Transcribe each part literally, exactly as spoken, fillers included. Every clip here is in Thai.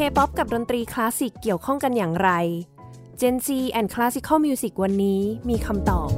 K-pop กับดนตรีคลาสสิกเกี่ยวข้องกันอย่างไร Gen Z and Classical Music วันนี้มีคำตอบ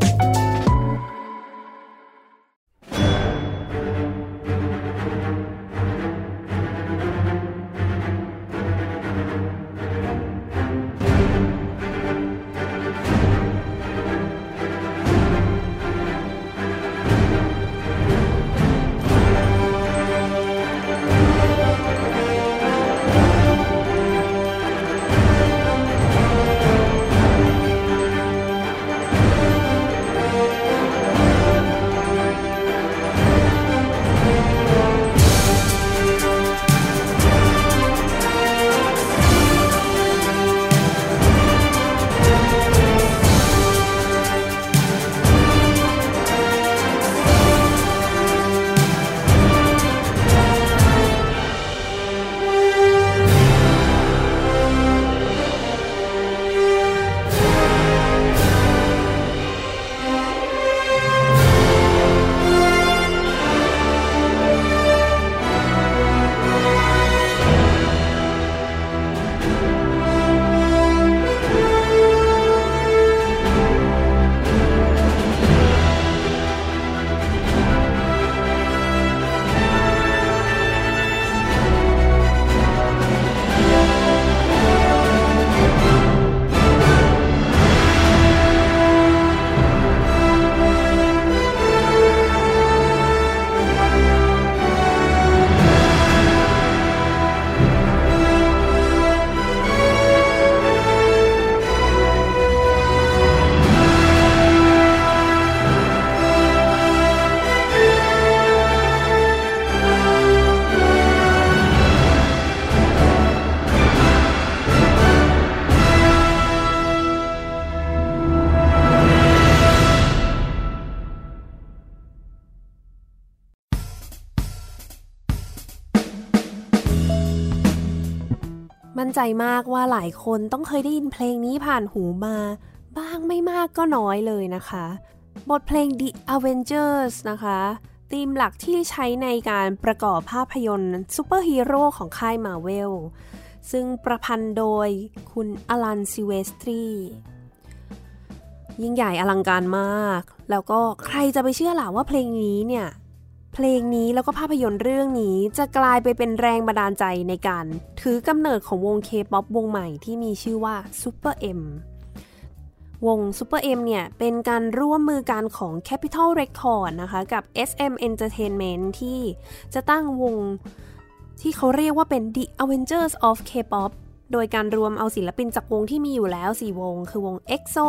มั่นใจมากว่าหลายคนต้องเคยได้ยินเพลงนี้ผ่านหูมาบ้างไม่มากก็น้อยเลยนะคะบทเพลง The Avengers นะคะธีมหลักที่ใช้ในการประกอบภาพยนตร์ซูเปอร์ฮีโร่ของค่าย Marvel ซึ่งประพันธ์โดยคุณอลัน ซิลเวสตรียิ่งใหญ่อลังการมากแล้วก็ใครจะไปเชื่อล่ะว่าเพลงนี้เนี่ยเพลงนี้แล้วก็ภาพยนตร์เรื่องนี้จะกลายไปเป็นแรงบันดาลใจในการถือกำเนิดของวง K-pop วงใหม่ที่มีชื่อว่า Super M วง Super M เนี่ยเป็นการร่วมมือกันของ Capitol Records นะคะกับ เอส เอ็ม Entertainment ที่จะตั้งวงที่เขาเรียกว่าเป็น The Avengers of K-pop โดยการรวมเอาศิลปินจากวงที่มีอยู่แล้วสี่วงคือวง เอ็กโซ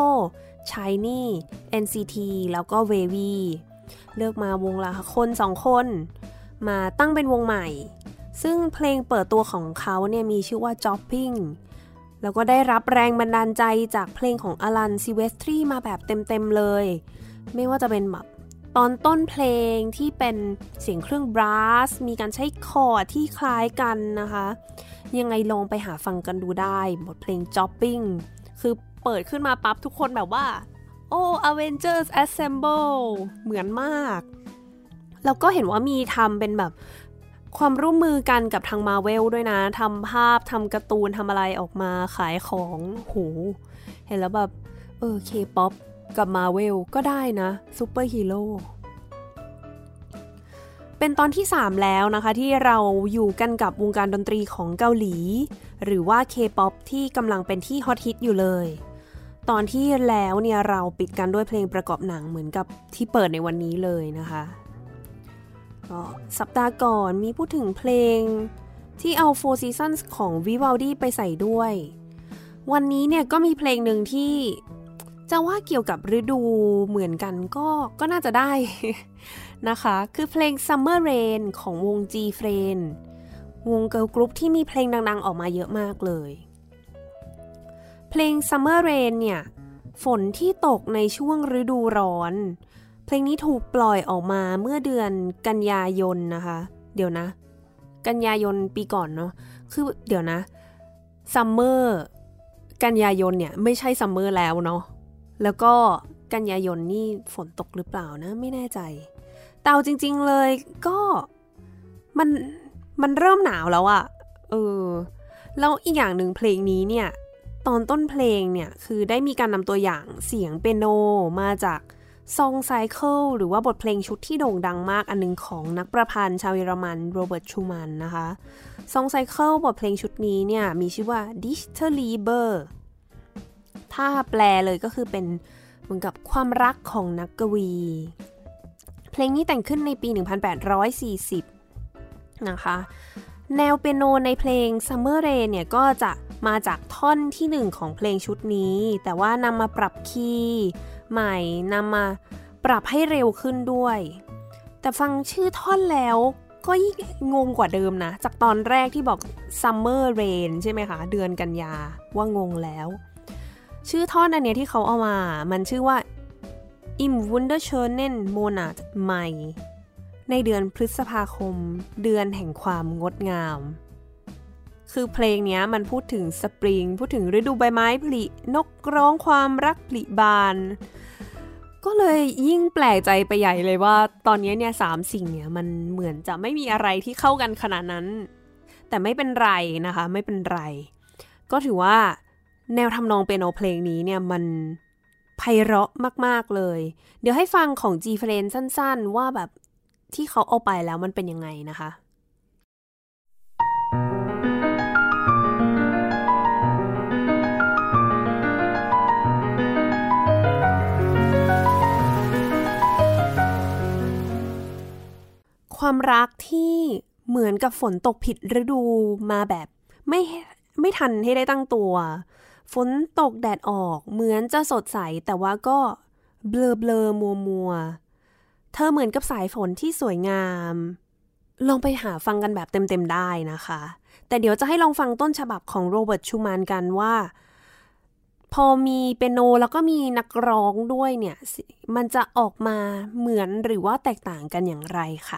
Shiny เอ็น ซี ที แล้วก็ วี วี เลือกมาวงละคนสองคนมาตั้งเป็นวงใหม่ซึ่งเพลงเปิดตัวของเขาเนี่ยมีชื่อว่า Jumping แล้วก็ได้รับแรงบันดาลใจจากเพลงของอลัน ซิลเวสตรีมาแบบเต็มๆเลยไม่ว่าจะเป็นแบบตอนต้นเพลงที่เป็นเสียงเครื่องบราสมีการใช้คอร์ดที่คล้ายกันนะคะยังไงลองไปหาฟังกันดูได้บทเพลง Jumping คือเปิดขึ้นมาปั๊บทุกคนแบบว่าโอ้ Avengers Assemble เหมือนมากแล้วก็เห็นว่ามีทำเป็นแบบความร่วมมือกันกับทาง Marvel ด้วยนะทำภาพทำการ์ตูนทำอะไรออกมาขายของโหเห็นแล้วแบบเออ K-pop กับ Marvel ก็ได้นะซูเปอร์ฮีโร่เป็นตอนที่สามแล้วนะคะที่เราอยู่กันกับวงการดนตรีของเกาหลีหรือว่า K-pop ที่กำลังเป็นที่ฮอตฮิตอยู่เลยตอนที่แล้วเนี่ยเราปิดกันด้วยเพลงประกอบหนังเหมือนกับที่เปิดในวันนี้เลยนะคะก็สัปดาห์ก่อนมีพูดถึงเพลงที่เอา Four Seasons ของ Vivaldi ไปใส่ด้วยวันนี้เนี่ยก็มีเพลงหนึ่งที่จะว่าเกี่ยวกับฤดูเหมือนกันก็ก็น่าจะได้ นะคะคือเพลง Summer Rain ของวง G-Friend วงเกิร์ลกรุ๊ปที่มีเพลงดังๆออกมาเยอะมากเลยเพลง Summer Rain เนี่ยฝนที่ตกในช่วงฤดูร้อนเพลงนี้ถูกปล่อยออกมาเมื่อเดือนกันยายนนะคะเดี๋ยวนะกันยายนปีก่อนเนาะคือเดี๋ยวนะ Summer กันยายนเนี่ยไม่ใช่ Summer แล้วเนาะแล้วก็กันยายนนี่ฝนตกหรือเปล่านะไม่แน่ใจแต่เอาจริงๆเลยก็มันมันเริ่มหนาวแล้วอะเออแล้วอีกอย่างหนึ่งเพลงนี้เนี่ยตอนต้นเพลงเนี่ยคือได้มีการนำตัวอย่างเสียงเปียโนมาจากSong Cycle หรือว่าบทเพลงชุดที่โด่งดังมากอันนึงของนักประพันธ์ชาวเยอรมันโรเบิร์ตชูมันนะคะ Song Cycle บทเพลงชุดนี้เนี่ยมีชื่อว่า Dichterliebe ถ้าแปลเลยก็คือเป็นเหมือนกับความรักของนักกวีเพลงนี้แต่งขึ้นในปีหนึ่งพันแปดร้อยสี่สิบนะคะแนวเปียโนในเพลง Summer Rain เนี่ยก็จะมาจากท่อนที่หนึ่งของเพลงชุดนี้แต่ว่านำมาปรับคีย์ใหม่นำมาปรับให้เร็วขึ้นด้วยแต่ฟังชื่อท่อนแล้วก็ยิ่งงงกว่าเดิมนะจากตอนแรกที่บอก Summer Rain ใช่ไหมคะเดือนกันยาว่างงแล้วชื่อท่อนอันเนี้ยที่เขาเอามามันชื่อว่า Im wunderschönen Monat Mai ในเดือนพฤษภาคมเดือนแห่งความงดงามคือเพลงนี้มันพูดถึงสปริงพูดถึงฤดูใบไม้ผลินกร้องความรักผลิบานก็เลยยิ่งแปลกใจไปใหญ่เลยว่าตอนนี้เนี่ยสามสิ่งเนี่ยมันเหมือนจะไม่มีอะไรที่เข้ากันขนาดนั้นแต่ไม่เป็นไรนะคะไม่เป็นไรก็ถือว่าแนวทำนองเปียโนเพลงนี้เนี่ยมันไพเราะมากๆเลยเดี๋ยวให้ฟังของ G Friend สั้นๆว่าแบบที่เขาเอาไปแล้วมันเป็นยังไงนะคะความรักที่เหมือนกับฝนตกผิดฤดูมาแบบไม่ไม่ทันให้ได้ตั้งตัวฝนตกแดดออกเหมือนจะสดใสแต่ว่าก็เบลอเบลอมัวมัวเธอเหมือนกับสายฝนที่สวยงามลองไปหาฟังกันแบบเต็มๆได้นะคะแต่เดี๋ยวจะให้ลองฟังต้นฉบับของโรเบิร์ตชูมันกันว่าพอมีเปียโนแล้วก็มีนักร้องด้วยเนี่ยมันจะออกมาเหมือนหรือว่าแตกต่างกันอย่างไรค่ะ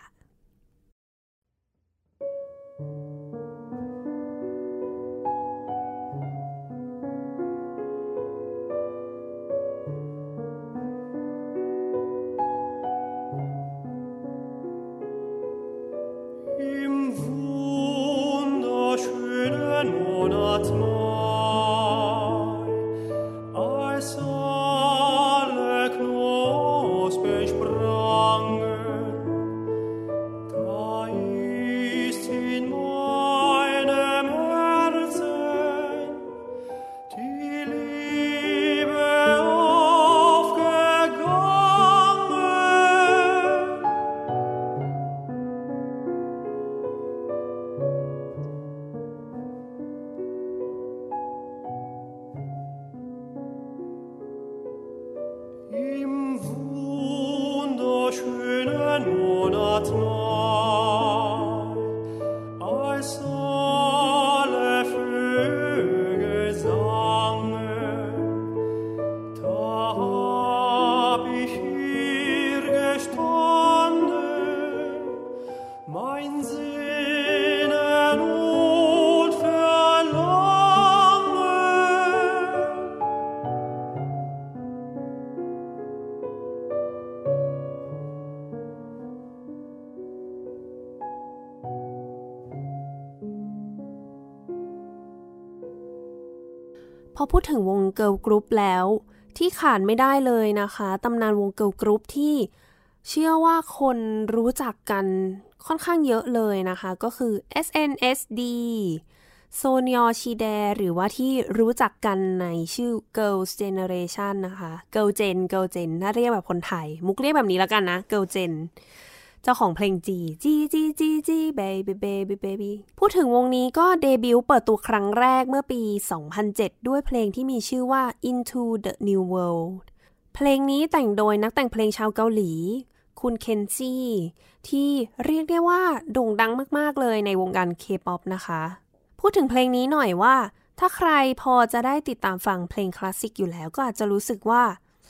พอพูดถึงวงเกิร์ลกรุ๊ปแล้วที่ขาดไม่ได้เลยนะคะตำนานวงเกิร์ลกรุ๊ปที่เชื่อว่าคนรู้จักกันค่อนข้างเยอะเลยนะคะก็คือ เอส เอ็น เอส ดี โซนยอชีแดหรือว่าที่รู้จักกันในชื่อ Girls Generation นะคะ Girl Gen Girl Gen ถ้าเรียกแบบคนไทยมุกเรียกแบบนี้แล้วกันนะ Girl Gen เจ้าของเพลง G G G G G Baby Baby Baby พูดถึงวงนี้ก็เดบิวต์เปิดตัวครั้งแรกเมื่อปี สองพันเจ็ด ด้วยเพลงที่มีชื่อว่า Into the New World เพลงนี้แต่งโดยนักแต่งเพลงชาวเกาหลีคุณเคนซี่ที่เรียกได้ว่าโด่งดังมากๆเลยในวงการ K-pop นะคะพูดถึงเพลงนี้หน่อยว่าถ้าใครพอจะได้ติดตามฟังเพลงคลาสสิกอยู่แล้วก็อาจจะรู้สึกว่า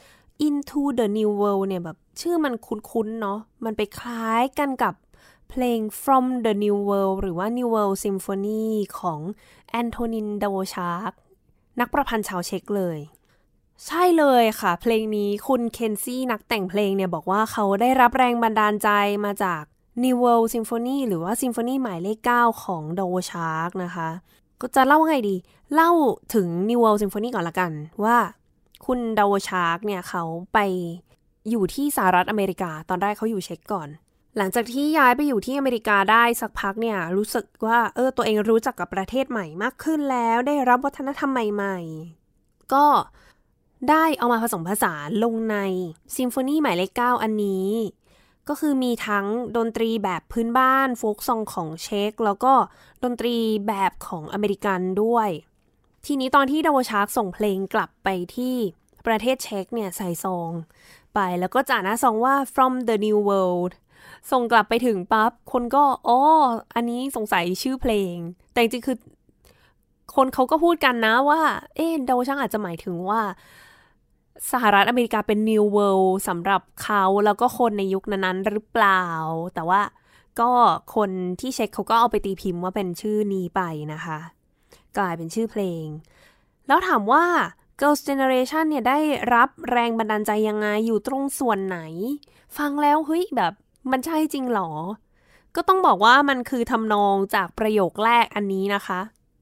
Into the New World เนี่ยแบบชื่อมันคุ้นๆเนาะมันไปคล้ายกันกับเพลง From the New World หรือว่า New World Symphony ของแอนโทนิน ดาวชาร์กนักประพันธ์ชาวเช็กเลยใช่เลยค่ะเพลงนี้คุณเคนซี่นักแต่งเพลงเนี่ยบอกว่าเขาได้รับแรงบันดาลใจมาจาก New World Symphony หรือว่า Symphony หมายเลขเก้าของ ดาวชาร์กนะคะก็จะเล่าไงดีเล่าถึง New World Symphony ก่อนละกันว่าคุณดาวชาร์กเนี่ยเขาไปอยู่ที่สหรัฐอเมริกาตอนแรกเขาอยู่เช็กก่อนหลังจากที่ย้ายไปอยู่ที่อเมริกาได้สักพักเนี่ยรู้สึกว่าเออตัวเองรู้จักกับประเทศใหม่มากขึ้นแล้วได้รับวัฒนธรรมใหม่ๆก็ได้เอามาผสมผสานลงในซิมโฟนีหมายเลขเก้าอันนี้ก็คือมีทั้งดนตรีแบบพื้นบ้านโฟล์คซองของเช็กแล้วก็ดนตรีแบบของอเมริกันด้วยทีนี้ตอนที่ดาวชาร์กส่งเพลงกลับไปที่ประเทศเช็กเนี่ยใส่ซองไปแล้วก็จ่าหน้าซองว่า from the new world ส่งกลับไปถึงปั๊บคนก็อ๋ออันนี้สงสัยชื่อเพลงแต่จริงๆคือคนเขาก็พูดกันนะว่าเอ๊ะดาวชาร์กอาจจะหมายถึงว่าสหรัฐอเมริกาเป็น New World สำหรับเขาแล้วก็คนในยุคนั้นๆหรือเปล่าแต่ว่าก็คนที่เช็คเขาก็เอาไปตีพิมพ์ว่าเป็นชื่อนี้ไปนะคะกลายเป็นชื่อเพลงแล้วถามว่า Girls' Generation เนี่ยได้รับแรงบันดาลใจยังไงอยู่ตรงส่วนไหนฟังแล้วเฮ้ยแบบมันใช่จริงหรอก็ต้องบอกว่ามันคือทำนองจากประโยคแรกอันนี้นะคะ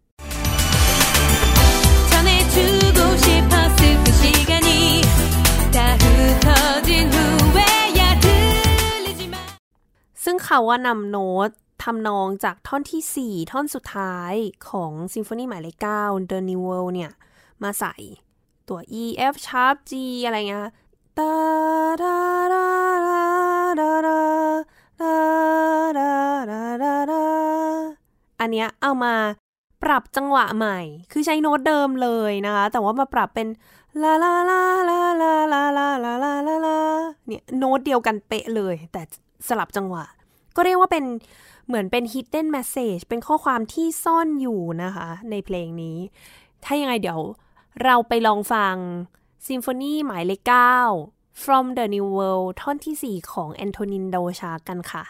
ซึ่งเขาว่านำโน้ตทำนองจากท่อนที่สี่ท่อนสุดท้ายของซิมโฟนีหมายเลขเก้า The New World เนี่ยมาใส่ตัว E F sharp G อะไรเงี้ยตาดาดาดาดาดาดาดาดาดาอันเนี้ยเอามาปรับจังหวะใหม่คือใช้โน้ตเดิมเลยนะคะแต่ว่ามาปรับเป็นลาลาลาลาลาลาลาลาลาลาลาเนี่ยโน้ตเดียวกันเป๊ะเลยแต่สลับจังหวะก็เรียกว่าเป็นเหมือนเป็น hidden message เป็นข้อความที่ซ่อนอยู่นะคะในเพลงนี้ถ้ายังไงเดี๋ยวเราไปลองฟังซิมโฟนีหมายเลขเก้า From the New World ท่อนที่สี่ของแอนโทนิน ดาวชาร์กกันค่ะ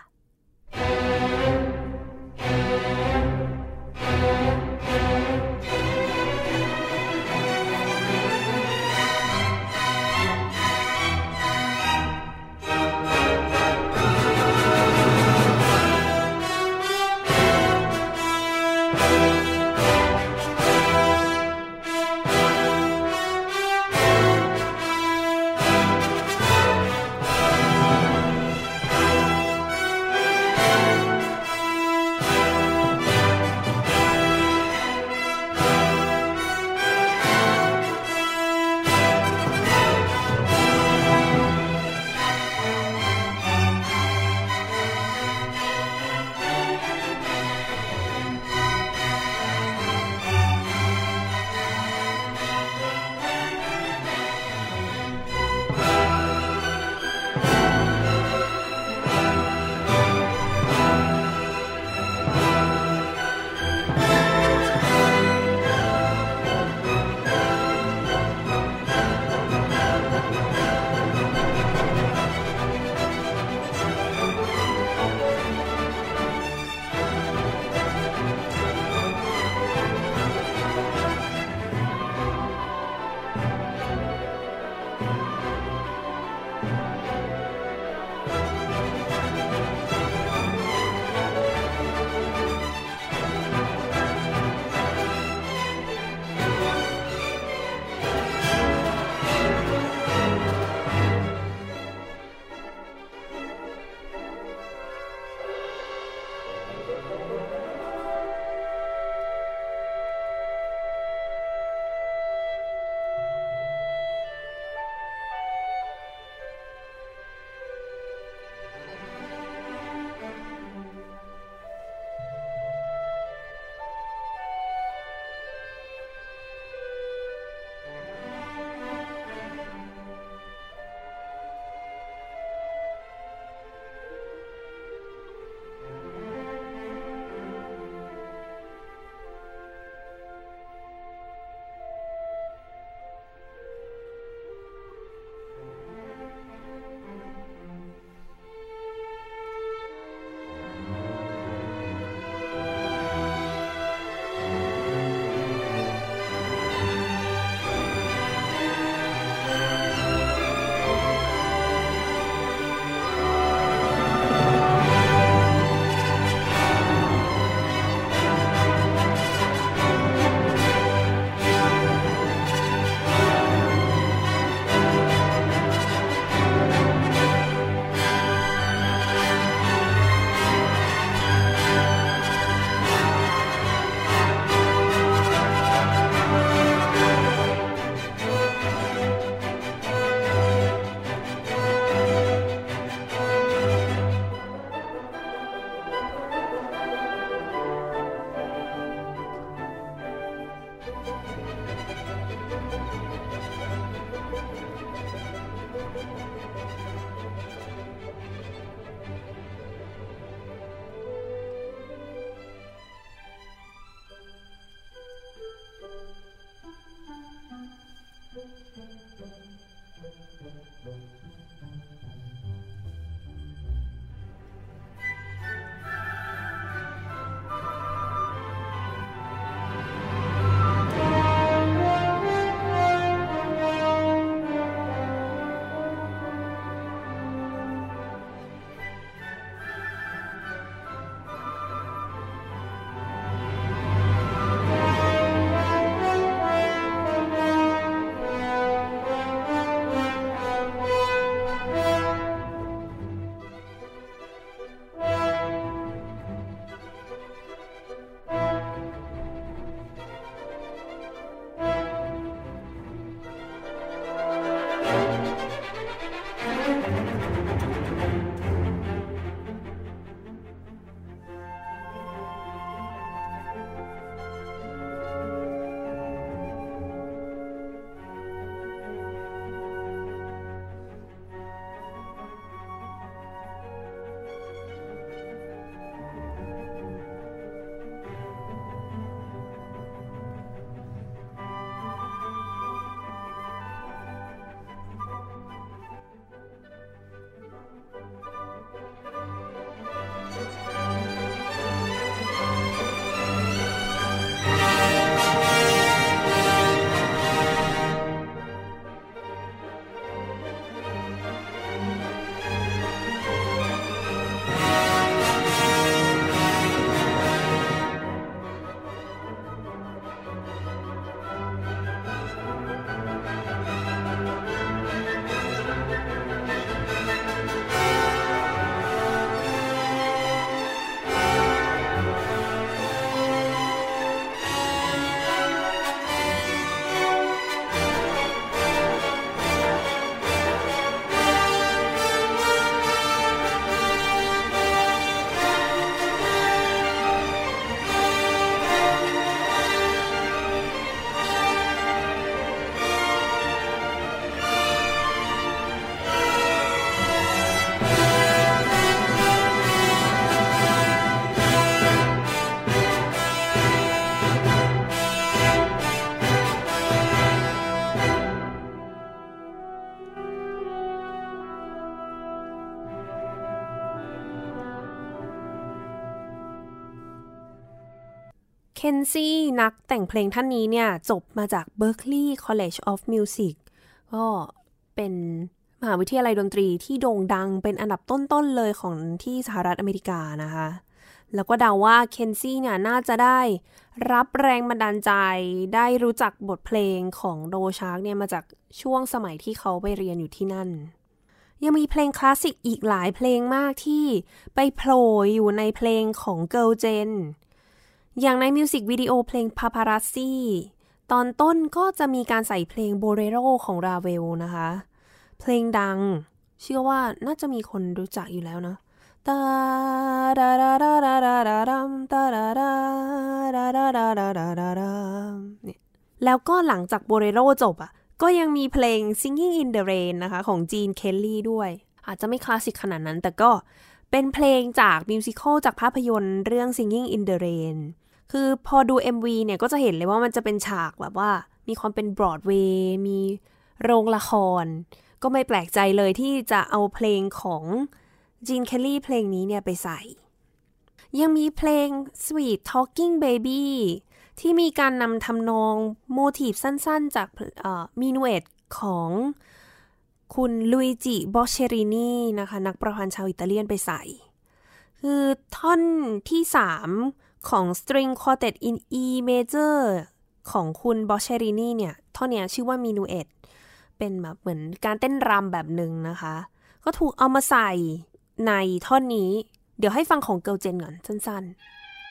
เคนซี่นักแต่งเพลงท่านนี้เนี่ยจบมาจาก Berklee College of Music ก็เป็นมหาวิทยาลัยดนตรีที่โด่งดังเป็นอันดับต้นๆเลยของที่สหรัฐอเมริกานะคะแล้วก็เดาว่าเคนซี่เนี่ยน่าจะได้รับแรงบันดาลใจได้รู้จักบทเพลงของโดชาร์กเนี่ยมาจากช่วงสมัยที่เขาไปเรียนอยู่ที่นั่นยังมีเพลงคลาสสิกอีกหลายเพลงมากที่ไปโผล่อยู่ในเพลงของ Girl Gen อย่างในมิวสิกวิดีโอเพลง Paparazzi ตอนต้นก็จะมีการใส่เพลง Bolero ของ Ravel นะคะเพลงดังเชื่อว่าน่าจะมีคนรู้จักอยู่แล้วนะตาดาดาดาดาดาดาดัมตาดาดาดาดาดาดาดาดาดัมเนี่ยแล้วก็หลังจาก Bolero จบอ่ะก็ยังมีเพลง Singing in the Rain นะคะของจีนเคลลี่ด้วยอาจจะไม่คลาสสิกขนาดนั้นแต่ก็เป็นเพลงจากมิวสิคัลจากภาพยนตร์เรื่อง Singing in the Rain คือพอดู เอ็ม วี เนี่ยก็จะเห็นเลยว่ามันจะเป็นฉากแบบว่ามีความเป็นบรอดเวย์มีโรงละครก็ไม่แปลกใจเลยที่จะเอาเพลงของจีนเคลลี่เพลงนี้เนี่ยไปใส่ยังมีเพลง Sweet Talking Baby ที่มีการนำทำนองโมทีฟสั้นๆจากมินูเอตของคุณลุยจิบอเชรินีนะคะนักประพันธ์ชาวอิตาเลียนไปใส่คือท่อนที่สามของ String Quartet in E Major ของคุณบอเชรินีเนี่ยท่อนเนี้ยชื่อว่ามินูเอตเป็นแบบเหมือนการเต้นรำแบบหนึ่งนะคะก็ถูกเอามาใส่ในท่อนนี้เดี๋ยวให้ฟังของ Girl Gen ก่อนสั้นๆ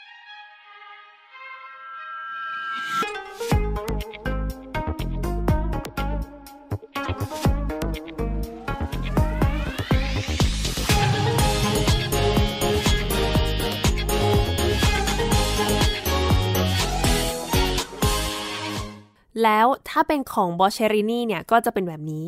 แล้วถ้าเป็นของบอเชรินีเนี่ยก็จะเป็นแบบนี้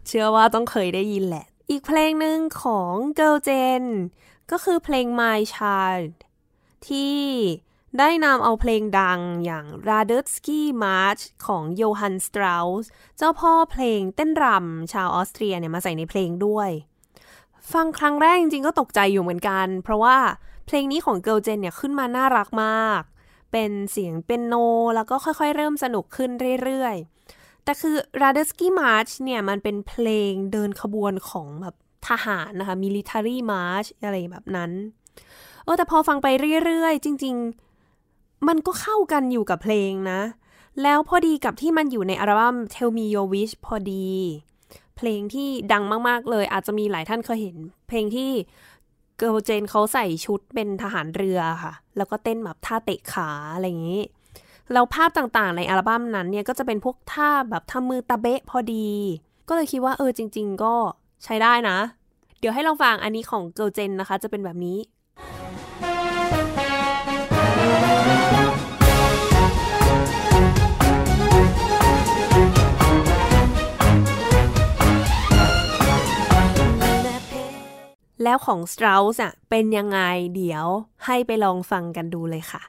เชื่อว่าต้องเคยได้ยินแหละอีกเพลงหนึ่งของ Girl Gen ก็คือเพลง My Child ที่ได้นำเอาเพลงดังอย่าง Radetzky March ของ Johann Strauss เจ้าพ่อเพลงเต้นรำชาวออสเตรียเนี่ยมาใส่ในเพลงด้วยฟังครั้งแรกจริงๆก็ตกใจอยู่เหมือนกันเพราะว่าเพลงนี้ของ Girl Gen เนี่ยขึ้นมาน่ารักมากเป็นเสียงเปียโนแล้วก็ค่อยๆเริ่มสนุกขึ้นเรื่อยๆแต่คือ Radetzky March เนี่ยมันเป็นเพลงเดินขบวนของแบบทหารนะคะ Military March อะไรแบบนั้นเออแต่พอฟังไปเรื่อยๆจริงๆมันก็เข้ากันอยู่กับเพลงนะแล้วพอดีกับที่มันอยู่ในอัลบั้ม Tell Me Your Wish พอดีเพลงที่ดังมากๆเลยอาจจะมีหลายท่านเคยเห็นเพลงที่เกิร์ลเจนเขาใส่ชุดเป็นทหารเรือค่ะแล้วก็เต้นแบบท่าเตะขาอะไรอย่างนี้แล้วภาพต่างๆในอัลบั้มนั้นเนี่ยก็จะเป็นพวกท่าแบบทำมือตะเบะพอดีก็เลยคิดว่าเออจริงๆก็ใช้ได้นะเดี๋ยวให้ลองฟังอันนี้ของเกิร์ลเจนนะคะจะเป็นแบบนี้แล้วของ Strauss อ่ะเป็นยังไงเดี๋ยวให้ไปลองฟังกันดูเลยค่ะ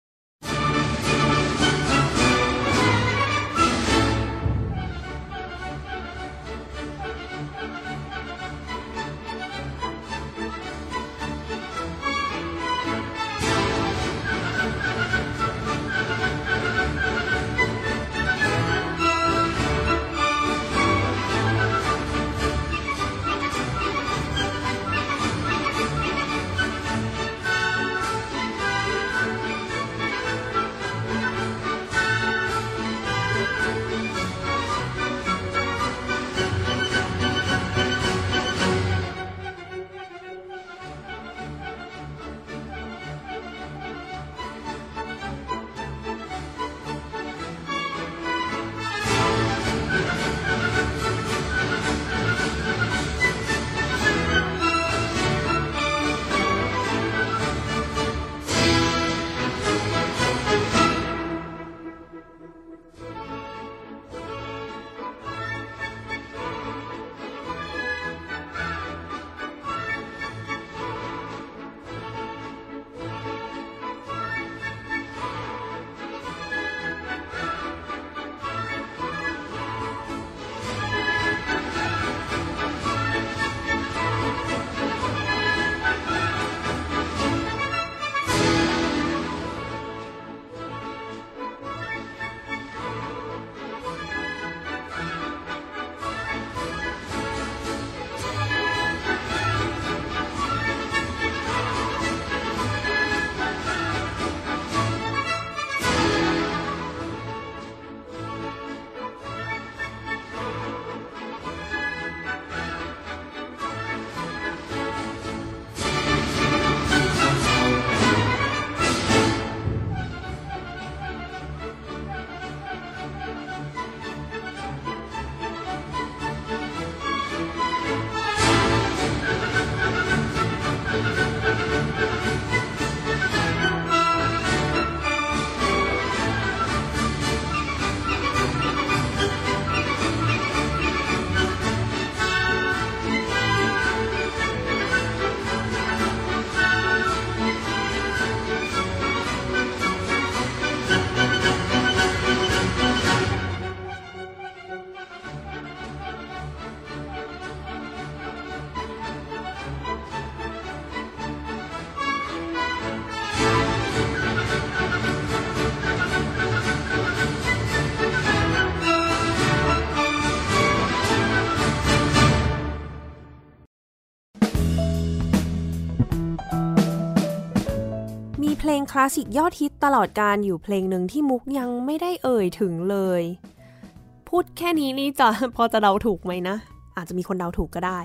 เพลงคลาสสิกยอดฮิตตลอดกาลอยู่เพลงหนึ่งที่มุกยังไม่ได้เอ่ยถึงเลยพูดแค่นี้นี่จะพอจะเดาถูกไหมนะอาจจะมีคนเดาถูกก็ได้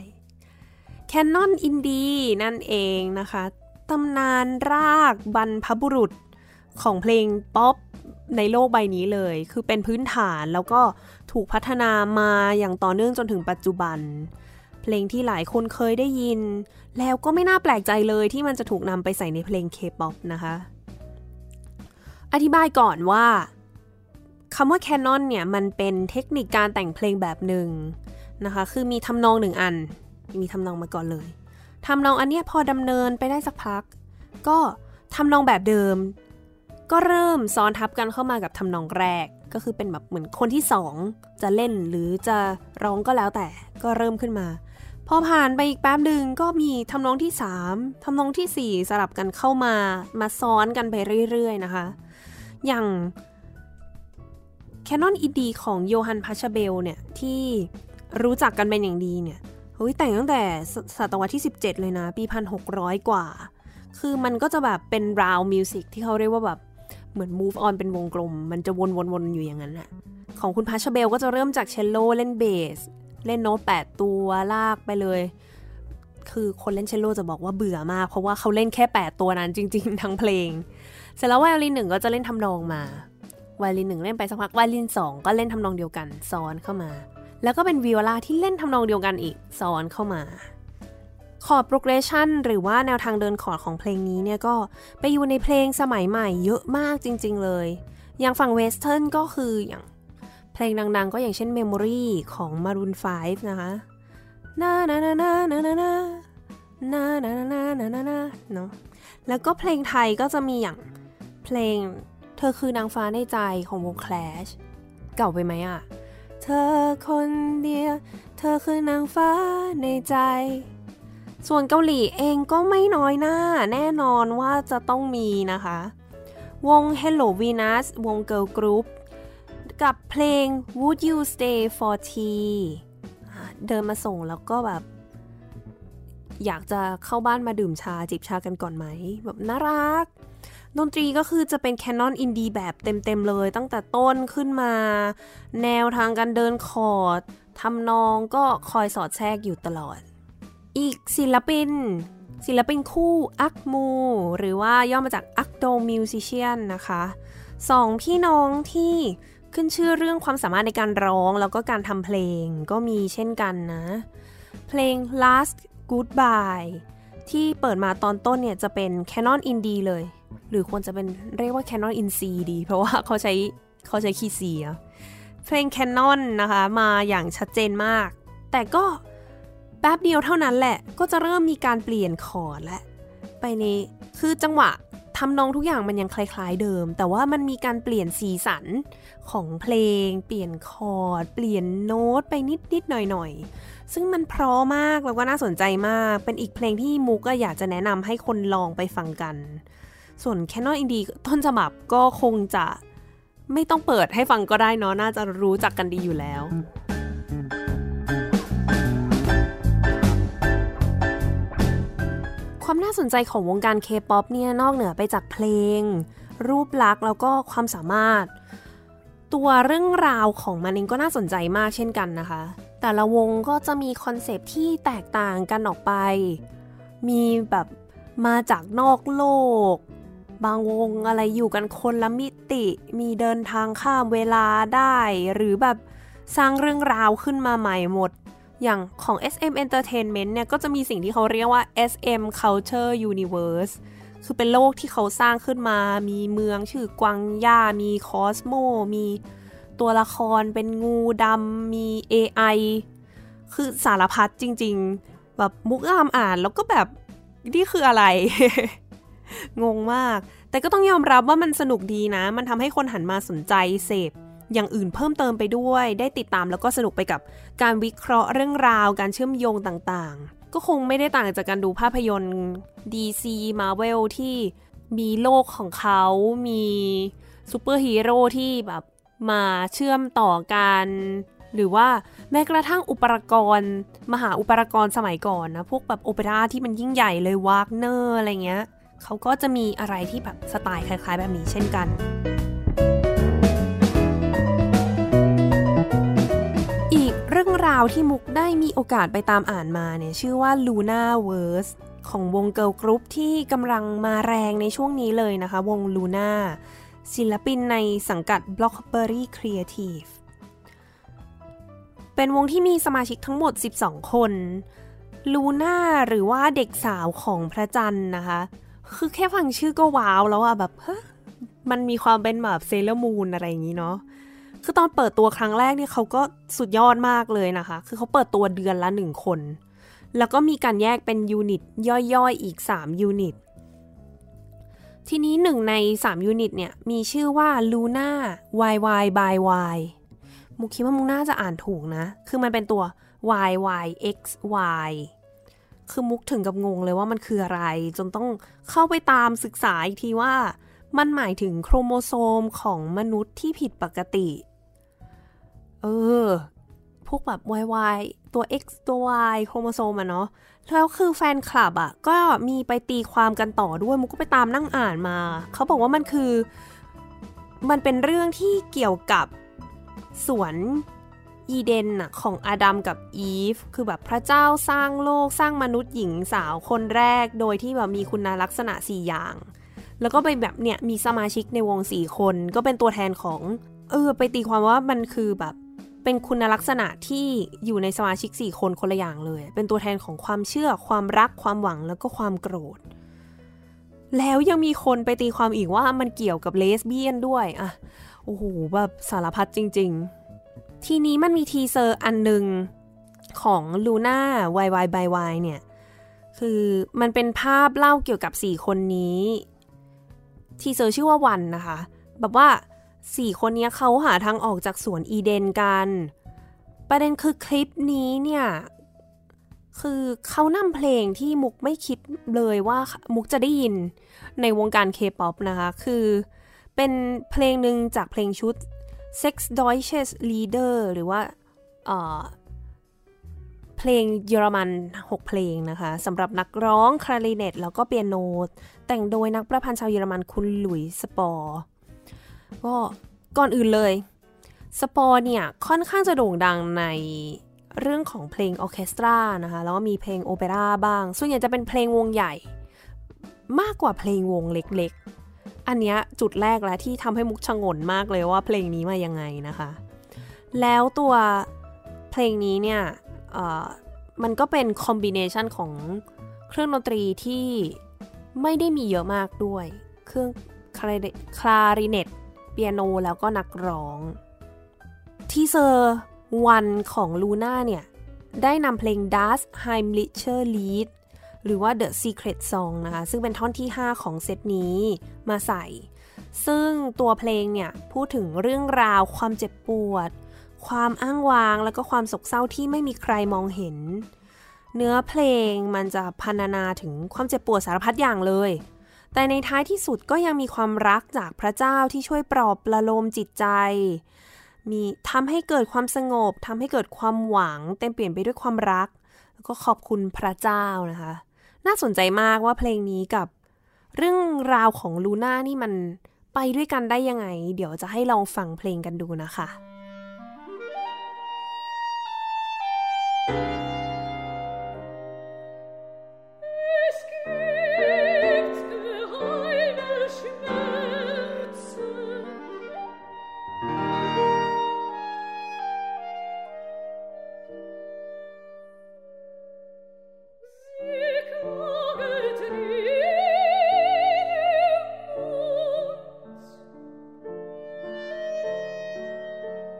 Canon Indie นั่นเองนะคะตำนานรากบรรพบุรุษของเพลงป๊อปในโลกใบนี้เลยคือเป็นพื้นฐานแล้วก็ถูกพัฒนามาอย่างต่อเนื่องจนถึงปัจจุบันเพลงที่หลายคนเคยได้ยินแล้วก็ไม่น่าแปลกใจเลยที่มันจะถูกนำไปใส่ในเพลง K-pop นะคะอธิบายก่อนว่าคำว่า Canon เนี่ยมันเป็นเทคนิคการแต่งเพลงแบบหนึ่งนะคะคือมีทำนองหนึ่งอันมีทำนองมาก่อนเลยทำนองอันเนี้ยพอดำเนินไปได้สักพักก็ทำนองแบบเดิมก็เริ่มซ้อนทับกันเข้ามากับทำนองแรกก็คือเป็นแบบเหมือนคนที่สองจะเล่นหรือจะร้องก็แล้วแต่ก็เริ่มขึ้นมาพอผ่านไปอีกแป๊บนึงก็มีทำนองที่สามทำนองที่สี่สลับกันเข้ามามาซ้อนกันไปเรื่อยๆนะคะอย่างCanon อี ดี ของโยฮัน พัชเบลเนี่ยที่รู้จักกันเป็นอย่างดีเนี่ยเฮ้ยแต่งตั้งแต่ศตวรรษที่สิบเจ็ดเลยนะปีหนึ่งพันหกร้อยกว่าคือมันก็จะแบบเป็น round music ที่เขาเรียกว่าแบบเหมือน move on เป็นวงกลมมันจะวนๆๆอยู่อย่างนั้นน่ะของคุณพัชเบลก็จะเริ่มจากเชลโลเล่นเบสเล่นโน้ตแปดตัวลากไปเลยคือคนเล่นเชลโลจะบอกว่าเบื่อมากเพราะว่าเขาเล่นแค่แปดตัวนั้นจริงๆทั้งเพลงเสร็จแล้วไวโอลินหนึ่งก็จะเล่นทำนองมาไวโอลินหนึ่งเล่นไปสักพักไวโอลินสองก็เล่นทำนองเดียวกันซ้อนเข้ามาแล้วก็เป็นวิโอลาที่เล่นทำนองเดียวกันอีกซ้อนเข้ามาคอร์ดโปรเกรสชันหรือว่าแนวทางเดินคอร์ดของเพลงนี้เนี่ยก็ไปอยู่ในเพลงสมัยใหม่เยอะมากจริงๆเลยอย่างฝั่งเวสเทิร์นก็คืออย่างเพลงดังๆก็อย่างเช่น Memory ของ Maroon ไฟว์ นะคะนานานานานานานานานานานานานาเนาะแล้วก็เพลงไทยก็จะมีอย่างเพลงเธอคือนางฟ้าในใจของวง Clash เก่าไปไหมอ่ะเธอคนเดียวเธอคือนางฟ้าในใจส่วนเกาหลีเองก็ไม่น้อยหน้าแน่นอนว่าจะต้องมีนะคะวง Hello Venus วง Girl Group กับเพลง Would You Stay for Tea เดินมาส่งแล้วก็แบบอยากจะเข้าบ้านมาดื่มชาจิบชากันก่อนไหมแบบน่ารักดนตรีก็คือจะเป็น Canon อินดี้แบบเต็มๆเลยตั้งแต่ต้นขึ้นมาแนวทางการเดินคอร์ดทำนองก็คอยสอดแทรกอยู่ตลอดอีกศิลปินศิลปินคู่อักมูหรือว่าย่อมาจากอักโดมิวสิเชียนนะคะสองพี่น้องที่ขึ้นชื่อเรื่องความสามารถในการร้องแล้วก็การทำเพลงก็มีเช่นกันนะเพลง Last Goodbye ที่เปิดมาตอนต้นเนี่ยจะเป็น Canon อินดี้เลยหรือควรจะเป็นเรียกว่า Canon in C ดีเพราะว่าเขาใช้เขาใช้คีย์ C อ่ะเพลง Canon นะคะมาอย่างชัดเจนมากแต่ก็แป๊บเดียวเท่านั้นแหละก็จะเริ่มมีการเปลี่ยนคอร์ดและไปในคือจังหวะทำนองทุกอย่างมันยังคล้ายๆเดิมแต่ว่ามันมีการเปลี่ยนสีสันของเพลงเปลี่ยนคอร์ดเปลี่ยนโน้ตไปนิดๆหน่อยๆซึ่งมันเพราะมากแล้วก็น่าสนใจมากเป็นอีกเพลงที่มุกก็อยากจะแนะนำให้คนลองไปฟังกันส่วน Canon อินดี้ต้นฉบับก็คงจะไม่ต้องเปิดให้ฟังก็ได้เนาะน่าจะรู้จักกันดีอยู่แล้วความน่าสนใจของวงการ K-pop เนี่ยนอกเหนือไปจากเพลงรูปลักษณ์แล้วก็ความสามารถตัวเรื่องราวของมันเองก็น่าสนใจมากเช่นกันนะคะแต่ละวงก็จะมีคอนเซปต์ที่แตกต่างกันออกไปมีแบบมาจากนอกโลกบางวงอะไรอยู่กันคนละมิติมีเดินทางข้ามเวลาได้หรือแบบสร้างเรื่องราวขึ้นมาใหม่หมดอย่างของ เอส เอ็ม Entertainment เนี่ยก็จะมีสิ่งที่เขาเรียกว่า เอส เอ็ม Culture Universe คือเป็นโลกที่เขาสร้างขึ้นมามีเมืองชื่อกวางย่ามีคอสโมมีตัวละครเป็นงูดำมี เอ ไอ คือสารพัดจริงๆแบบมุกอ่านอ่านแล้วก็แบบนี่คืออะไร งงมากแต่ก็ต้องยอมรับว่ามันสนุกดีนะมันทำให้คนหันมาสนใจเสพอย่างอื่นเพิ่มเติมไปด้วยได้ติดตามแล้วก็สนุกไปกับการวิเคราะห์เรื่องราวการเชื่อมโยงต่างๆก็คงไม่ได้ต่างจากการดูภาพยนตร์ ดี ซี Marvel ที่มีโลกของเขามีซูเปอร์ฮีโร่ที่แบบมาเชื่อมต่อกันหรือว่าแม้กระทั่งอุปกรณ์มหาอุปกรณ์สมัยก่อนนะพวกแบบโอเปร่าที่มันยิ่งใหญ่เลยวากเนอร์อะไรเงี้ยเขาก็จะมีอะไรที่แบบสไตล์คล้ายๆแบบนี้เช่นกันอีกเรื่องราวที่มุกได้มีโอกาสไปตามอ่านมาเนี่ยชื่อว่า Luna Verse ของวง Girl Group ที่กำลังมาแรงในช่วงนี้เลยนะคะวง Luna ศิลปินในสังกัด Blockberry Creative เป็นวงที่มีสมาชิกทั้งหมดสิบสองคนลูน่าหรือว่าเด็กสาวของพระจันทร์นะคะคือแค่ฟังชื่อก็ว้าวแล้วอะแบบเฮ้ยมันมีความเป็นแบบเซเลอร์มูนอะไรอย่างนี้เนาะคือตอนเปิดตัวครั้งแรกนี่เขาก็สุดยอดมากเลยนะคะคือเขาเปิดตัวเดือนละหนึ่งคนแล้วก็มีการแยกเป็นยูนิตย่อยๆอีกสามยูนิตทีนี้หนึ่งในสามยูนิตเนี่ยมีชื่อว่า Luna วาย วาย by Y มุกคิดว่ามุกน่าจะอ่านถูกนะคือมันเป็นตัว Y Y X Y คือมุกถึงกับงงเลยว่ามันคืออะไรจนต้องเข้าไปตามศึกษาอีกทีว่ามันหมายถึงโครโมโซมของมนุษย์ที่ผิดปกติเออพวกแบบ วาย วาย ตัว X ตัว Y โครโมโซมอะเนาะแล้วคือแฟนคลับอะก็มีไปตีความกันต่อด้วยมุกก็ไปตามนั่งอ่านมาเขาบอกว่ามันคือมันเป็นเรื่องที่เกี่ยวกับสวนอีเดนน่ะของอาดัมกับอีฟคือแบบพระเจ้าสร้างโลกสร้างมนุษย์หญิงสาวคนแรกโดยที่แบบมีคุณลักษณะสี่อย่างแล้วก็ไปแบบเนี่ยมีสมาชิกในวงสี่คนก็เป็นตัวแทนของเออไปตีความว่ามันคือแบบเป็นคุณลักษณะที่อยู่ในสมาชิกสี่คนคนละอย่างเลยเป็นตัวแทนของความเชื่อความรักความหวังแล้วก็ความโกรธแล้วยังมีคนไปตีความอีกว่ามันเกี่ยวกับเลสเบี้ยนด้วยอ่ะโอ้โหแบบสารพัดจริงๆทีนี้มันมีทีเซอร์อันนึงของ Luna วาย วาย by Y เนี่ยคือมันเป็นภาพเล่าเกี่ยวกับสี่คนนี้ทีเซอร์ชื่อว่าวันนะคะแบบว่าสี่คนนี้เขาหาทางออกจากสวนอีเดนกันประเด็นคือคลิปนี้เนี่ยคือเขานำเพลงที่มุกไม่คิดเลยว่ามุกจะได้ยินในวงการ K-pop นะคะคือเป็นเพลงหนึ่งจากเพลงชุด Sex Deutsches Lieder หรือว่าเอ่อเพลงเยอรมันหกเพลงนะคะสำหรับนักร้องคลาริเนตแล้วก็เปียโนแต่งโดยนักประพันธ์ชาวเยอรมันคุณหลุยส์สปอร์ก็ก่อนอื่นเลยสปอร์เนี่ยค่อนข้างจะโด่งดังในเรื่องของเพลงออร์เคสตรานะคะแล้วก็มีเพลงโอเปร่าบ้างส่วนใหญ่จะเป็นเพลงวงใหญ่มากกว่าเพลงวงเล็กๆอันเนี้ยจุดแรกแล้วที่ทำให้มุกชงนมากเลยว่าเพลงนี้มายังไงนะคะแล้วตัวเพลงนี้เนี่ยมันก็เป็นคอมบิเนชันของเครื่องดนตรีที่ไม่ได้มีเยอะมากด้วยเครื่องคลาริเนตเปียโนแล้วก็นักร้องทีเซอร์วันของลูน่าเนี่ยได้นำเพลง Das Heimliche Lied หรือว่า The Secret Song นะคะซึ่งเป็นท่อนที่ห้าของเซตนี้มาใส่ซึ่งตัวเพลงเนี่ยพูดถึงเรื่องราวความเจ็บปวดความอ้างว้างแล้วก็ความโศกเศร้าที่ไม่มีใครมองเห็นเนื้อเพลงมันจะพรรณนาถึงความเจ็บปวดสารพัดอย่างเลยแต่ในท้ายที่สุดก็ยังมีความรักจากพระเจ้าที่ช่วยปลอบประโลมจิตใจมีทำให้เกิดความสงบทำให้เกิดความหวังเต็มเปลี่ยนไปด้วยความรักแล้วก็ขอบคุณพระเจ้านะคะน่าสนใจมากว่าเพลงนี้กับเรื่องราวของลูน่านี่มันไปด้วยกันได้ยังไงเดี๋ยวจะให้ลองฟังเพลงกันดูนะคะ Musik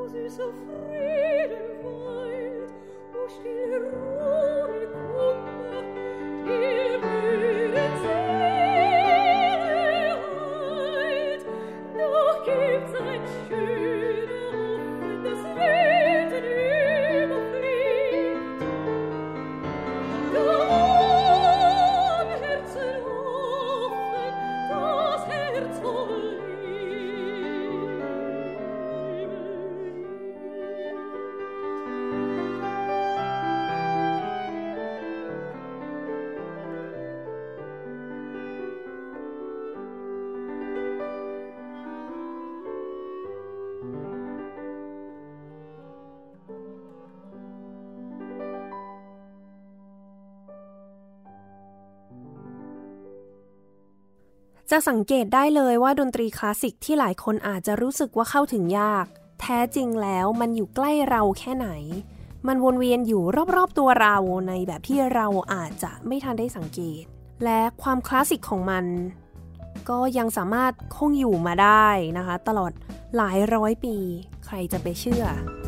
จะสังเกตได้เลยว่าดนตรีคลาสสิกที่หลายคนอาจจะรู้สึกว่าเข้าถึงยากแท้จริงแล้วมันอยู่ใกล้เราแค่ไหนมันวนเวียนอยู่รอบๆตัวเราในแบบที่เราอาจจะไม่ทันได้สังเกตและความคลาสสิกของมันก็ยังสามารถคงอยู่มาได้นะคะตลอดหลายร้อยปีใครจะไปเชื่อ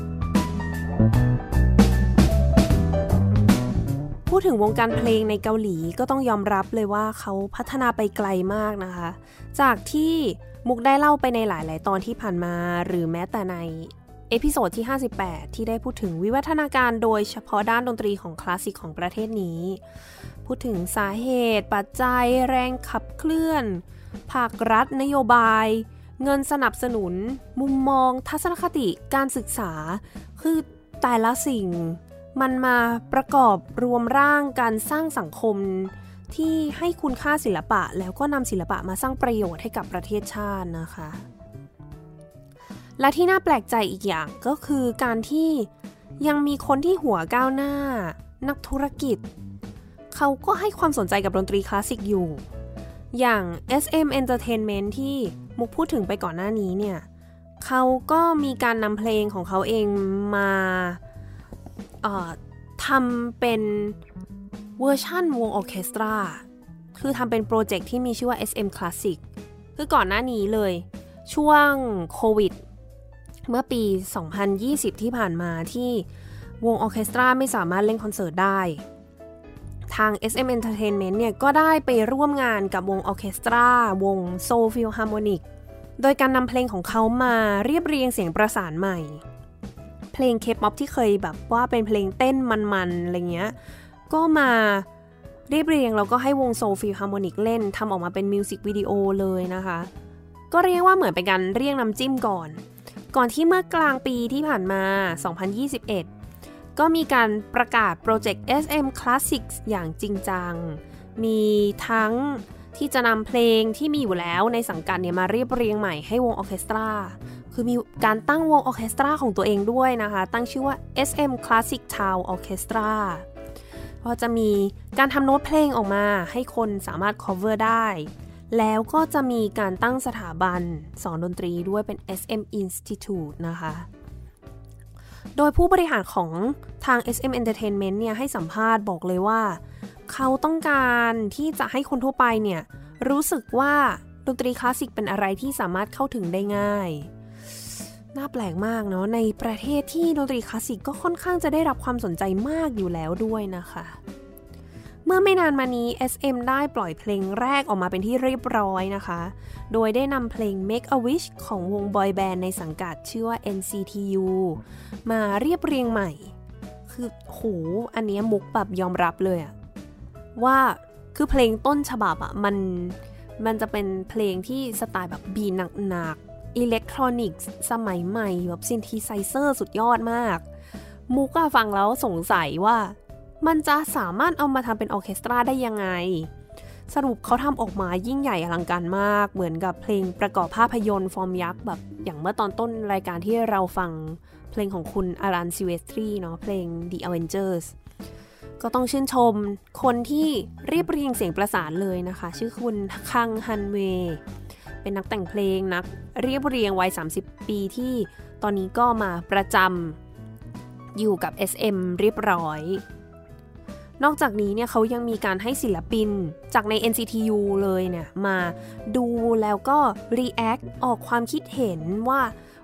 พูดถึงวงการเพลงในเกาหลีก็ต้องยอมรับเลยว่าเขาพัฒนาไปไกลมากนะคะจากที่มุกได้เล่าไปในหลายๆตอนที่ผ่านมาหรือแม้แต่ในเอพิโซดที่ห้าสิบแปดที่ได้พูดถึงวิวัฒนาการโดยเฉพาะด้านดนตรีของคลาสสิกของประเทศนี้พูดถึงสาเหตุปัจจัยแรงขับเคลื่อนภาครัฐนโยบายเงินสนับสนุนมุมมองทัศนคติการศึกษาคือแต่ละสิ่งมันมาประกอบรวมร่างการสร้างสังคมที่ให้คุณค่าศิลปะแล้วก็นำศิลปะมาสร้างประโยชน์ให้กับประเทศชาตินะคะและที่น่าแปลกใจอีกอย่างก็คือการที่ยังมีคนที่หัวก้าวหน้านักธุรกิจเขาก็ให้ความสนใจกับดนตรีคลาสสิกอยู่อย่าง เอส เอ็ม Entertainment ที่มุกพูดถึงไปก่อนหน้านี้เนี่ยเขาก็มีการนำเพลงของเขาเองมาเอ่อทำเป็นเวอร์ชั่นวงออร์เคสตราคือทำเป็นโปรเจกต์ที่มีชื่อว่า เอส เอ็ม Classic คือก่อนหน้านี้เลยช่วงโควิดเมื่อปีสองพันยี่สิบที่ผ่านมาที่วงออร์เคสตราไม่สามารถเล่นคอนเสิร์ตได้ทาง เอส เอ็ม Entertainment เนี่ยก็ได้ไปร่วมงานกับวงออร์เคสตราวง Seoul Philharmonic โดยการนำเพลงของเขามาเรียบเรียงเสียงประสานใหม่เพลง K-pop ที่เคยแบบว่าเป็นเพลงเต้นมันๆอะไรเงี้ยก็มาเรียบเรียงแล้วก็ให้วง Seoul Philharmonic เล่นทำออกมาเป็นมิวสิกวิดีโอเลยนะคะก็เรียกว่าเหมือนเป็นการเรียกน้ำจิ้มก่อนก่อนที่เมื่อกลางปีที่ผ่านมาสองพันยี่สิบเอ็ดก็มีการประกาศโปรเจกต์ เอส เอ็ม Classics อย่างจริงจังมีทั้งที่จะนำเพลงที่มีอยู่แล้วในสังกัดเนี่ยมาเรียบเรียงใหม่ให้วงออร์เคสตราคือมีการตั้งวงออร์เคสตราของตัวเองด้วยนะคะตั้งชื่อว่า เอส เอ็ม Classic Town Orchestra ก็จะมีการทำโน้ตเพลงออกมาให้คนสามารถ cover ได้แล้วก็จะมีการตั้งสถาบันสอนดนตรีด้วยเป็น เอส เอ็ม Institute นะคะโดยผู้บริหารของทาง เอส เอ็ม Entertainment เนี่ยให้สัมภาษณ์บอกเลยว่าเขาต้องการที่จะให้คนทั่วไปเนี่ยรู้สึกว่าดนตรีคลาสสิกเป็นอะไรที่สามารถเข้าถึงได้ง่ายน่าแปลกมากเนาะในประเทศที่ดนตรีคลาสสิกก็ค่อนข้างจะได้รับความสนใจมากอยู่แล้วด้วยนะคะเมื่อไม่นานมานี้ เอส เอ็ม ได้ปล่อยเพลงแรกออกมาเป็นที่เรียบร้อยนะคะโดยได้นำเพลง Make a Wish ของวงบอยแบนด์ในสังกัดชื่อว่า เอ็น ซี ที ยู มาเรียบเรียงใหม่คือโหอันนี้มุกแบบยอมรับเลยอะว่าคือเพลงต้นฉบับอะมันมันจะเป็นเพลงที่สไตล์แบบบีหนักๆอิเล็กทรอนิกส์สมัยใหม่แบบซินธิไซเซอร์สุดยอดมากมุกก็ฟังแล้วสงสัยว่ามันจะสามารถเอามาทำเป็นออร์เคสตราได้ยังไงสรุปเขาทำออกมายิ่งใหญ่อลังการมากเหมือนกับเพลงประกอบภาพยนตร์ฟอร์มยักษ์แบบอย่างเมื่อตอนต้นรายการที่เราฟังเพลงของคุณอารันซิเวสตรีเนาะเพลง The Avengers ก็ต้องชื่นชมคนที่เรียบเรียงเสียงประสานเลยนะคะชื่อคุณคังฮันเวเป็นนักแต่งเพลงนักเรียบเรียงวัยสามสิบปีที่ตอนนี้ก็มาประจำอยู่กับ เอส เอ็ม เรียบร้อยนอกจากนี้เนี่ยเขายังมีการให้ศิลปินจากใน เอ็น ซี ที ยู เลยเนี่ยมาดูแล้วก็ react ออกความคิดเห็นว่า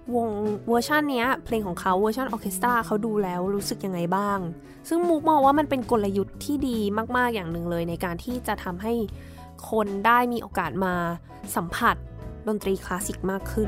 วงเวอร์ชันเนี้ยเพลงของเขาเวอร์ชันออร์เคสตราเขาดูแล้วรู้สึกยังไงบ้างซึ่งมุกมองว่ามันเป็นกลยุทธ์ที่ดีมากๆอย่างหนึ่งเลยในการที่จะทำให้คนได้มีโอกาสมาสัมผัสดนตรีคลาสสิกมากขึ้น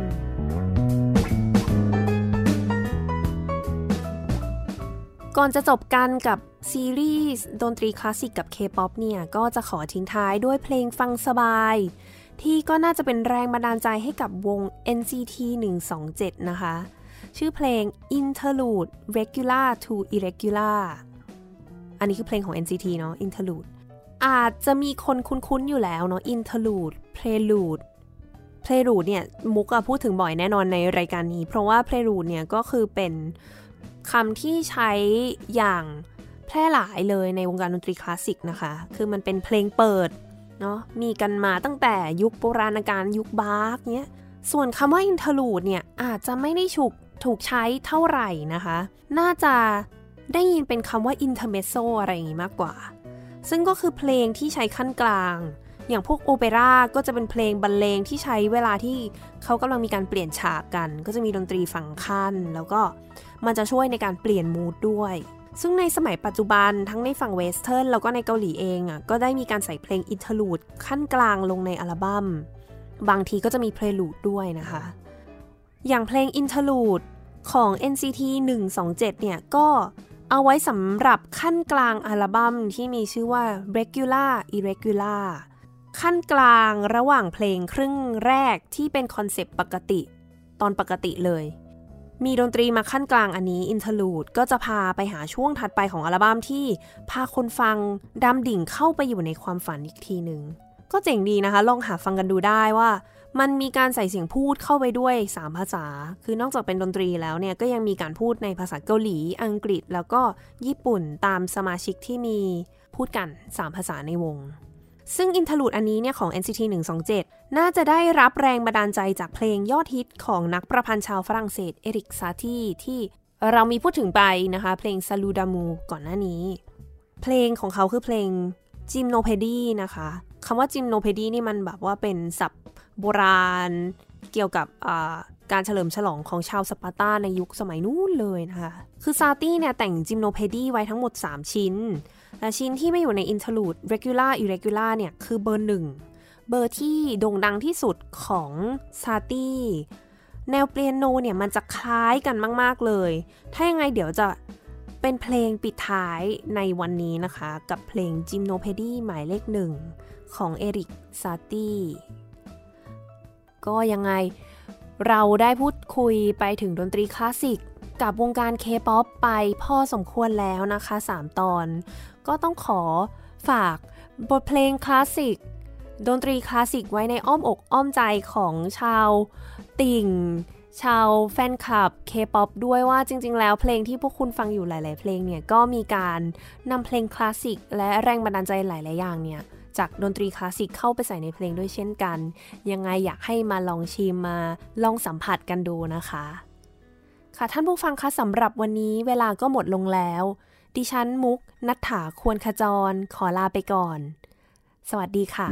ก่อนจะจบกันกับซีรีส์ดนตรีคลาสสิกกับ K-pop เนี่ยก็จะขอทิ้งท้ายด้วยเพลงฟังสบายที่ก็น่าจะเป็นแรงบันดาลใจให้กับวง เอ็น ซี ที หนึ่งสองเจ็ด นะคะชื่อเพลง Interlude Regular to Irregular อันนี้คือเพลงของ เอ็น ซี ที เนาะ Interlude อาจจะมีคนคุ้นๆอยู่แล้วเนาะ Interlude Prelude Prelude เนี่ยมุกพูดถึงบ่อยแน่นอนในรายการนี้เพราะว่า Prelude เนี่ยก็คือเป็นคำที่ใช้อย่างแพร่หลายเลยในวงการดนตรีคลาสสิกนะคะคือมันเป็นเพลงเปิดเนาะมีกันมาตั้งแต่ยุคโบราณกาลยุคบาร์กเนี้ยส่วนคำว่า interlude เนี่ยอาจจะไม่ได้ถูกถูกใช้เท่าไหร่นะคะน่าจะได้ยินเป็นคำว่า intermezzo อะไรอย่างงี้มากกว่าซึ่งก็คือเพลงที่ใช้ขั้นกลางอย่างพวกโอเปร่าก็จะเป็นเพลงบรรเลงที่ใช้เวลาที่เขากำลังมีการเปลี่ยนฉากกันก็จะมีดนตรีฝั่งขั้นแล้วก็มันจะช่วยในการเปลี่ยนมูดด้วยซึ่งในสมัยปัจจุบันทั้งในฝั่งเวสเทิร์นแล้วก็ในเกาหลีเองอ่ะก็ได้มีการใส่เพลงอินเทอร์ลูดขั้นกลางลงในอัลบั้มบางทีก็จะมีเพลลูดด้วยนะคะอย่างเพลงอินเทอร์ลูดของ เอ็น ซี ที หนึ่งสองเจ็ดเนี่ยก็เอาไว้สำหรับขั้นกลางอัลบั้มที่มีชื่อว่า Regular Irregular ขั้นกลางระหว่างเพลงครึ่งแรกที่เป็นคอนเซปต์ปกติตอนปกติเลยมีดนตรีมาขั้นกลางอันนี้ Interlude ก็จะพาไปหาช่วงถัดไปของอัลบั้มที่พาคนฟังดำดิ่งเข้าไปอยู่ในความฝันอีกทีนึงก็เจ๋งดีนะคะลองหาฟังกันดูได้ว่ามันมีการใส่เสียงพูดเข้าไปด้วยสามภาษาคือนอกจากเป็นดนตรีแล้วเนี่ยก็ยังมีการพูดในภาษาเกาหลีอังกฤษแล้วก็ญี่ปุ่นตามสมาชิกที่มีพูดกันสามภาษาในวงซึ่ง Interlude อันนี้เนี่ยของ เอ็น ซี ที หนึ่งสองเจ็ดน่าจะได้รับแรงบันดาลใจจากเพลงยอดฮิตของนักประพันธ์ชาวฝรั่งเศสเอริกซาตีที่เรามีพูดถึงไปนะคะเพลง Salut d'amour ก่อนหน้านี้เพลงของเขาคือเพลง Gymnopédie นะคะคำว่า Gymnopédie นี่มันแบบว่าเป็นศัพท์โบราณเกี่ยวกับการเฉลิมฉลองของชาวสปาร์ตาในยุคสมัยนู้นเลยนะคะคือซาตีเนี่ยแต่ง Gymnopédie ไว้ทั้งหมดสามชิ้นและชิ้นที่ไม่อยู่ใน Interlude Regular Irregular เนี่ยคือเบอร์หนึ่งเบอร์ที่โด่งดังที่สุดของซาตีแนวเปียโนเนี่ยมันจะคล้ายกันมากๆเลยถ้ายังไงเดี๋ยวจะเป็นเพลงปิดท้ายในวันนี้นะคะกับเพลง Gymnopédie หมายเลขหนึ่งของเอริกซาตีก็ยังไงเราได้พูดคุยไปถึงดนตรีคลาสสิกกับวงการ K-pop ไปพอสมควรแล้วนะคะสามตอนก็ต้องขอฝากบทเพลงคลาสสิกดนตรีคลาสสิกไว้ในอ้อมอกอ้อมใจของชาวติ่งชาวแฟนคลับ K-pop ด้วยว่าจริงๆแล้วเพลงที่พวกคุณฟังอยู่หลายๆเพลงเนี่ยก็มีการนำเพลงคลาสสิกและแรงบันดาลใจหลายๆอย่างเนี่ยจากดนตรีคลาสสิกเข้าไปใส่ในเพลงด้วยเช่นกันยังไงอยากให้มาลองชิมมาลองสัมผัสกันดูนะคะค่ะท่านผู้ฟังคะสำหรับวันนี้เวลาก็หมดลงแล้วดิฉันมุกณัฐฐาควรขจรขอลาไปก่อนสวัสดีค่ะ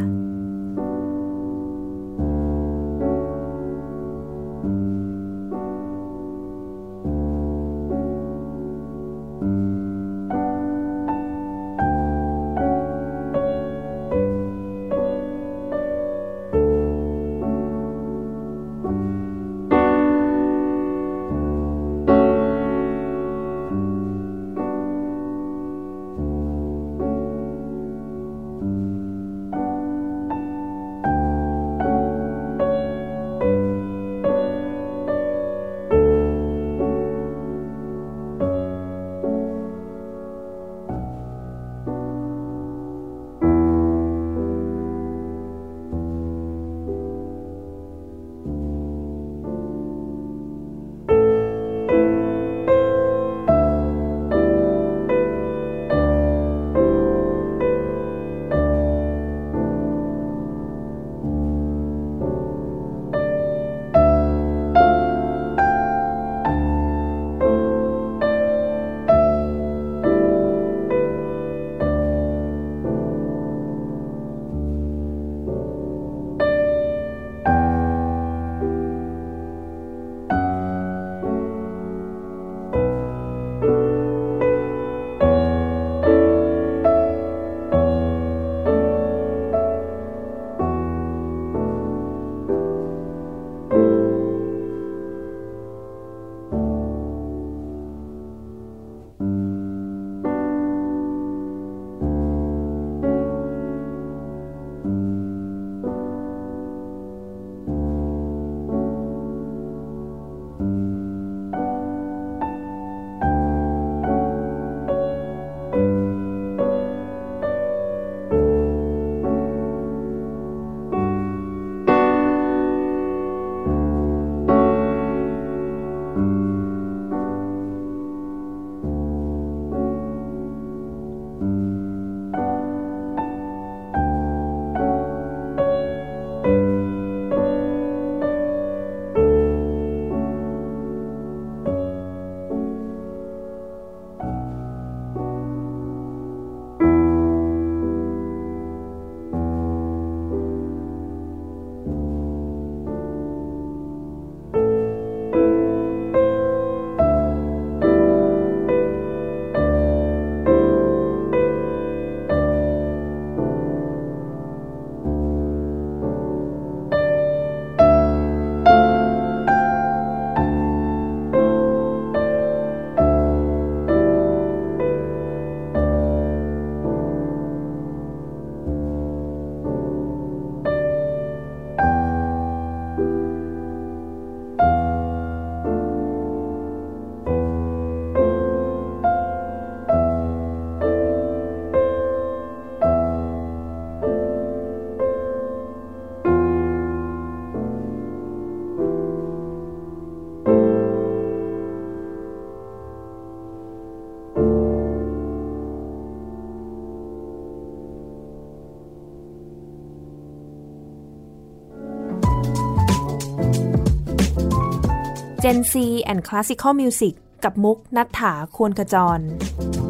Gen Z and Classical Music กับมุกณัฐฐา ควรขจร